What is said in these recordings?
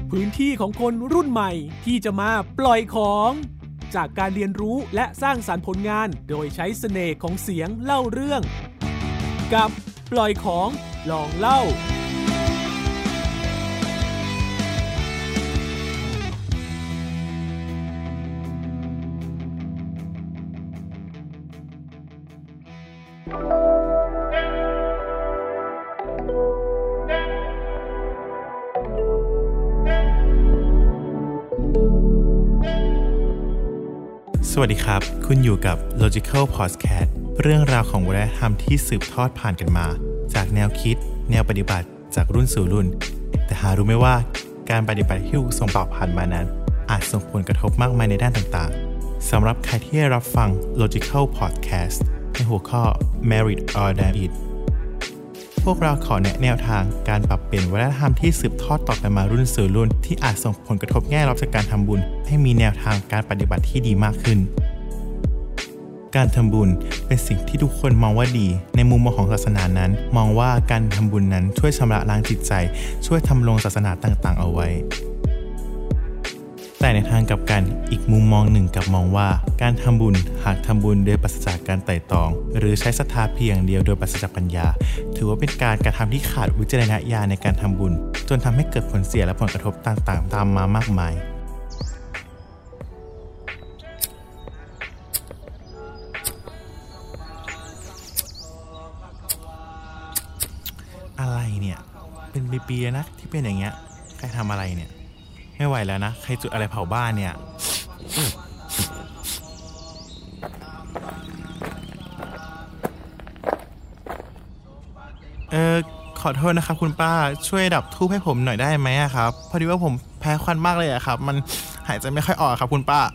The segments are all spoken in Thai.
พื้นที่ของคนรุ่นใหม่ที่จะมาปล่อยของจากการเรียนรู้และสร้างสรรค์ผลงานโดยใช้เสน่ห์ของเสียงเล่าเรื่องกับปล่อยของลองเล่าสวัสดีครับคุณอยู่กับ Logical Podcast เรื่องราวของวัฒนธรรมที่สืบทอดผ่านกันมาจากแนวคิดแนวปฏิบัติจากรุ่นสู่รุ่นแต่หารู้ไหมว่าการปฏิบัติที่ถูกส่งต่อผ่านมานั้นอาจส่งผลกระทบมากมายในด้านต่างๆสำหรับใครที่ได้รับฟัง Logical Podcast ในหัวข้อ Merit or Damn It พวกเราขอแนะแนวทางการปรับเปลี่ยนวัฒนธรรมที่สืบทอดต่อกันมารุ่นสู่รุ่นที่อาจส่งผลกระทบแง่ลบจากการทำบุญให้มีแนวทางการปฏิบัติที่ดีมากขึ้นการทำบุญเป็นสิ่งที่ทุกคนมองว่าดีในมุมมองของศาสนานั้นมองว่าการทำบุญนั้นช่วยชำระล้างจิตใจช่วยทำลงศาสนาต่างๆเอาไว้แต่ในทางกลับกันอีกมุมมองหนึ่งกลับมองว่าการทำบุญหากทำบุญโดยปราศจากการไตร่ตรองหรือใช้ศรัทธาเพียงเดียวโดยปราศจากปัญญาถือว่าเป็นการกระทำที่ขาดวิจารณญาณในการทำบุญจนทำให้เกิดผลเสียและผลกระทบต่างๆตามมามากมายอะไรเนี่ยเป็นปีๆนะที่เป็นอย่างเงี้ยใครทำอะไรเนี่ยไม่ไหวแล้วนะใครจุดอะไรเผาบ้านเนี่ยขอโทษนะครับคุณป้าช่วยดับธูปให้ผมหน่อยได้ไหมครับพอดีว่าผมแพ้ควันมากเลยครับมันหายใจไม่ค่อยออกครับคุณป้า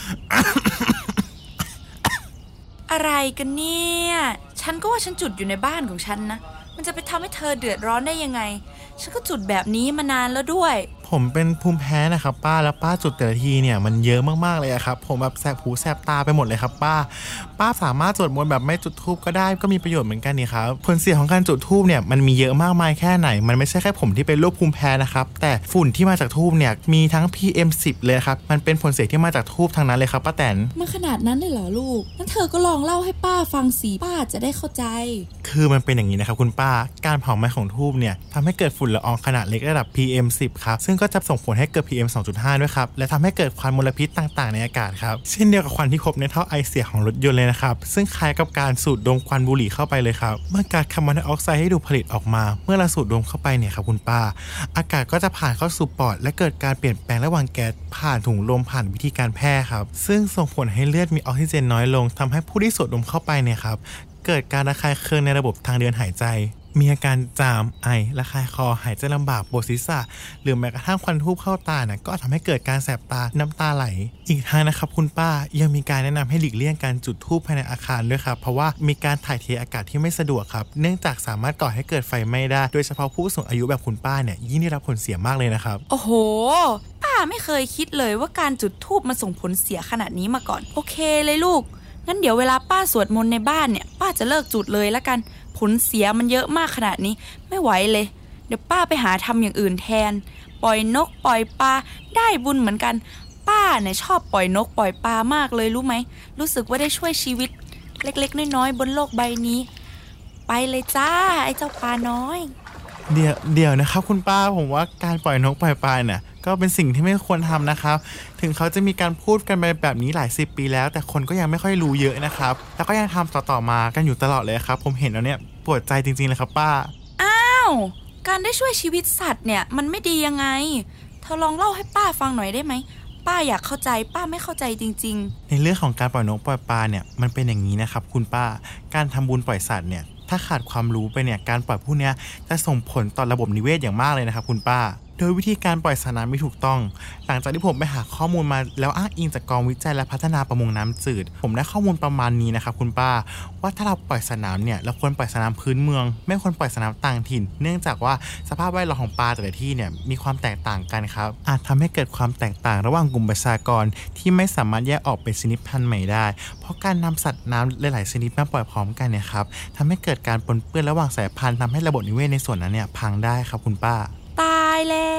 อะไรกันเนี่ยฉันก็ว่าฉันจุดอยู่ในบ้านของฉันนะมันจะไปทำให้เธอเดือดร้อนได้ยังไงฉันก็จุดแบบนี้มานานแล้วด้วยผมเป็นภูมิแพ้นะครับป้าแล้วป้าจุดแต่ละทีเนี่ยมันเยอะมากๆเลยครับผมแบบแสบหูแสบตาไปหมดเลยครับป้าสามารถสวดมนต์แบบไม่จุดธูปก็ได้ก็มีประโยชน์เหมือนกันนี่ครับผลเสียของการจุดธูปเนี่ยมันมีเยอะมากมายแค่ไหนมันไม่ใช่แค่ผมที่เป็นโรคภูมิแพ้นะครับแต่ฝุ่นที่มาจากธูปเนี่ยมีทั้ง PM10 เลยครับมันเป็นผลเสียที่มาจากธูปทั้งนั้นเลยครับป้าแตนมันขนาดนั้นเลยเหรอลูกงั้นเธอก็ลองเล่าให้ป้าฟังสิป้าจะได้เข้าใจคือมันเป็นอย่างนี้นะครับคุณป้าการเผาไหม้ของธูปเนี่ยทำให้เกิดฝุ่นละอองขนาดเล็กระดับ PM10 ครับซึ่งก็จะส่งผลให้เกิด PM 2.5 ด้วยครับและทำให้เกิดควันมลพิษต่างๆในอากาศครับเช่นเดียวกับควันที่พบในท่อไอเสียของรถยนต์เลยนะครับซึ่งคล้ายกับการสูดดมควันบุหรี่เข้าไปเลยครับเมื่อก๊าซคาร์บอนไดออกไซด์ที่ถูกผลิตออกมาเมื่อเราสูดดมเข้าไปเนี่ยครับคุณป้าอากาศก็จะผ่านเข้าสู่ปอดและเกิดการเปลี่ยนแปลงระหว่างแก๊สผ่านถุงลมผ่านวิธีการแพร่ครับซึ่งส่งผลให้เลือดมีออกซิเจนน้อยลงทำให้ผู้ที่สูดดมเข้าไปเนี่ยครับเกิดการระคายเคืองในระบบทางเดินหายใจมีอาการจามไอระคายคอหายใจลำบากปวดศีรษะหรือแม้กระทั่งควันทูบเข้าตาเนี่ยก็ทำให้เกิดการแสบตาน้ำตาไหลอีกทางนะครับคุณป้ายังมีการแนะนำให้หลีกเลี่ยงการจุดธูปภายในอาคารด้วยครับเพราะว่ามีการถ่ายเทอากาศที่ไม่สะดวกครับเนื่องจากสามารถก่อให้เกิดไฟไหม้ได้โดยเฉพาะผู้สูงอายุแบบคุณป้าเนี่ยยิ่งได้รับผลเสียมากเลยนะครับโอ้โหป้าไม่เคยคิดเลยว่าการจุดธูปมันส่งผลเสียขนาดนี้มาก่อนโอเคเลยลูกงั้นเดี๋ยวเวลาป้าสวดมนต์ในบ้านเนี่ยป้าจะเลิกจุดเลยละกันผลเสียมันเยอะมากขนาดนี้ไม่ไหวเลยเดี๋ยวป้าไปหาทำอย่างอื่นแทนปล่อยนกปล่อยปลาได้บุญเหมือนกันป้าเนี่ยชอบปล่อยนกปล่อยปลามากเลยรู้ไหมรู้สึกว่าได้ช่วยชีวิตเล็กๆน้อยๆบนโลกใบนี้ไปเลยจ้าไอ้เจ้าปลาน้อยเดี๋ยวนะครับคุณป้าผมว่าการปล่อยนกปล่อยปลาเนี่ยก็เป็นสิ่งที่ไม่ควรทำนะครับถึงเขาจะมีการพูดกันไปแบบนี้หลาย10 ปีแล้วแต่คนก็ยังไม่ค่อยรู้เยอะนะครับแล้วก็ยังทำต่อมากันอยู่ตลอดเลยครับผมเห็นแล้วเนี่ยปวดใจจริงๆเลยครับป้าอ้าวการได้ช่วยชีวิตสัตว์เนี่ยมันไม่ดียังไงเธอลองเล่าให้ป้าฟังหน่อยได้ไหมป้าอยากเข้าใจป้าไม่เข้าใจจริงๆในเรื่องของการปล่อยนกปล่อยปลาเนี่ยมันเป็นอย่างนี้นะครับคุณป้าการทำบุญปล่อยสัตว์เนี่ยถ้าขาดความรู้ไปเนี่ยการปล่อยพวกนี้จะส่งผลต่อระบบนิเวศอย่างมากเลยนะครับคุณป้า โดยวิธีการปล่อยสารน้ำไม่ถูกต้องหลังจากที่ผมไปหาข้อมูลมาแล้วอ้างอิงจากกองวิจัยและพัฒนาประมงน้ำจืดผมได้ข้อมูลประมาณนี้นะครับคุณป้าว่าถ้าเราปล่อยสารน้ำเนี่ยเราควรปล่อยสารน้ำพื้นเมืองไม่ควรปล่อยสารน้ำต่างถิ่นเนื่องจากว่าสภาพแวดล้อมของปลาแต่ละที่เนี่ยมีความแตกต่างกันครับอาจทำให้เกิดความแตกต่างระหว่างกลุ่มประชากรที่ไม่สามารถแยกออกเป็นชนิดพันธุ์ใหม่ได้เพราะการนำสัตว์น้ำหลายๆชนิดมาปล่อยพร้อมกันเนี่ยครับทำให้เกิดการปนเปื้อนระหว่างสายพันธุ์ทำให้ระบบนิเวศในส่วนนั้นเนี่ยพังได้ครับคุณป้าตายแล้ว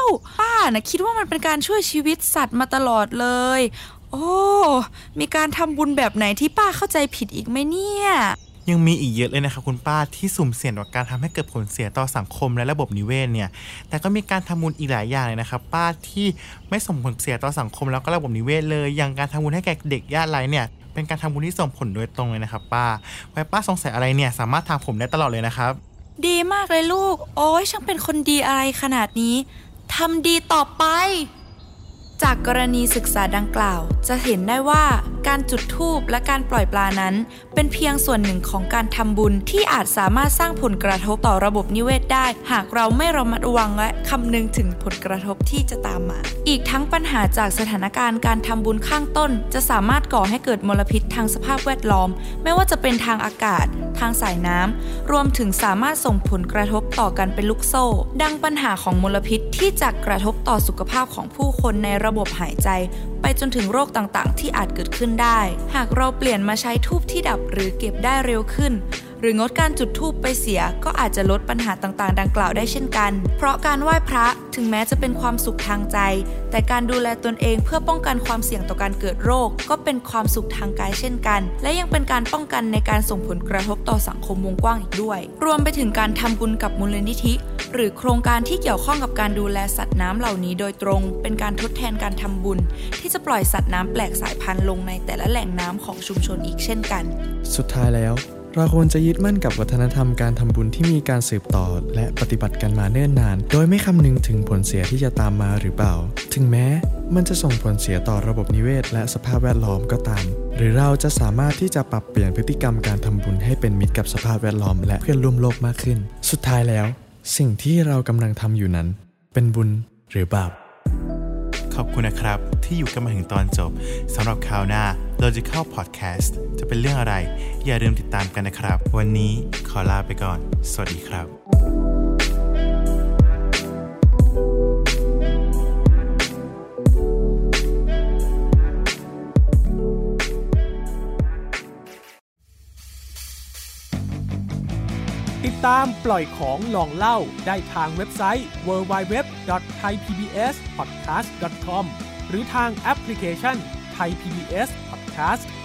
ป้านะคิดว่ามันเป็นการช่วยชีวิตสัตว์มาตลอดเลยโอ้มีการทำบุญแบบไหนที่ป้าเข้าใจผิดอีกไหมเนี่ยยังมีอีกเยอะเลยนะครับคุณป้าที่สุ่มเสี่ยงต่อการทำให้เกิดผลเสียต่อสังคมและระบบนิเวศเนี่ยแต่ก็มีการทำบุญอีกหลายอย่างเลยนะครับป้าที่ไม่ส่งผลเสียต่อสังคมแล้วก็ระบบนิเวศเลยอย่างการทำบุญให้แก่เด็กยากไร้เนี่ยเป็นการทำบุญที่ส่งผลโดยตรงเลยนะครับป้าไว้ป้าสงสัยอะไรเนี่ยสามารถถามผมได้ตลอดเลยนะครับดีมากเลยลูกโอ้ยช่างเป็นคนดีอะไรขนาดนี้ทำดีต่อไปจากกรณีศึกษาดังกล่าวจะเห็นได้ว่าการจุดธูปและการปล่อยปลานั้นเป็นเพียงส่วนหนึ่งของการทำบุญที่อาจสามารถสร้างผลกระทบต่อระบบนิเวศได้หากเราไม่ระมัดระวังและคำนึงถึงผลกระทบที่จะตามมาอีกทั้งปัญหาจากสถานการณ์การทำบุญข้างต้นจะสามารถก่อให้เกิดมลพิษทางสภาพแวดล้อมไม่ว่าจะเป็นทางอากาศทางสายน้ำรวมถึงสามารถส่งผลกระทบต่อกันเป็นลูกโซ่ดังปัญหาของมลพิษที่จะกระทบต่อสุขภาพของผู้คนในระบบหายใจไปจนถึงโรคต่างๆที่อาจเกิดขึ้นได้หากเราเปลี่ยนมาใช้ธูปที่ดับหรือเก็บได้เร็วขึ้นหรืองดการจุดธูปไปเสียก็อาจจะลดปัญหาต่างๆดังกล่าวได้เช่นกันเพราะการไหว้พระถึงแม้จะเป็นความสุขทางใจแต่การดูแลตนเองเพื่อป้องกันความเสี่ยงต่อการเกิดโรคก็เป็นความสุขทางกายเช่นกันและยังเป็นการป้องกันในการส่งผลกระทบต่อสังคมวงกว้างอีกด้วยรวมไปถึงการทำบุญกับมูลนิธิหรือโครงการที่เกี่ยวข้องกับการดูแลสัตว์น้ำเหล่านี้โดยตรงเป็นการทดแทนการทำบุญที่จะปล่อยสัตว์น้ำแปลกสายพันธุ์ลงในแต่ละแหล่งน้ำของชุมชนอีกเช่นกันสุดท้ายแล้วเราควรจะยึดมั่นกับวัฒนธรรมการทำบุญที่มีการสืบต่อและปฏิบัติกันมาเนิ่นนานโดยไม่คำนึงถึงผลเสียที่จะตามมาหรือเปล่าถึงแม้มันจะส่งผลเสียต่อระบบนิเวศและสภาพแวดล้อมก็ตามหรือเราจะสามารถที่จะปรับเปลี่ยนพฤติกรรมการทำบุญให้เป็นมิตรกับสภาพแวดล้อมและเพื่อนร่วมโลกมากขึ้นสุดท้ายแล้วสิ่งที่เรากำลังทำอยู่นั้นเป็นบุญหรือบาปขอบคุณนะครับที่อยู่กันมาถึงตอนจบสำหรับคราวหน้า Logical Podcast จะเป็นเรื่องอะไรอย่าลืมติดตามกันนะครับวันนี้ขอลาไปก่อนสวัสดีครับติดตามปล่อยของลองเล่าได้ทางเว็บไซต์ www.thaipbspodcast.com หรือทางแอปพลิเคชัน Thai PBS Podcast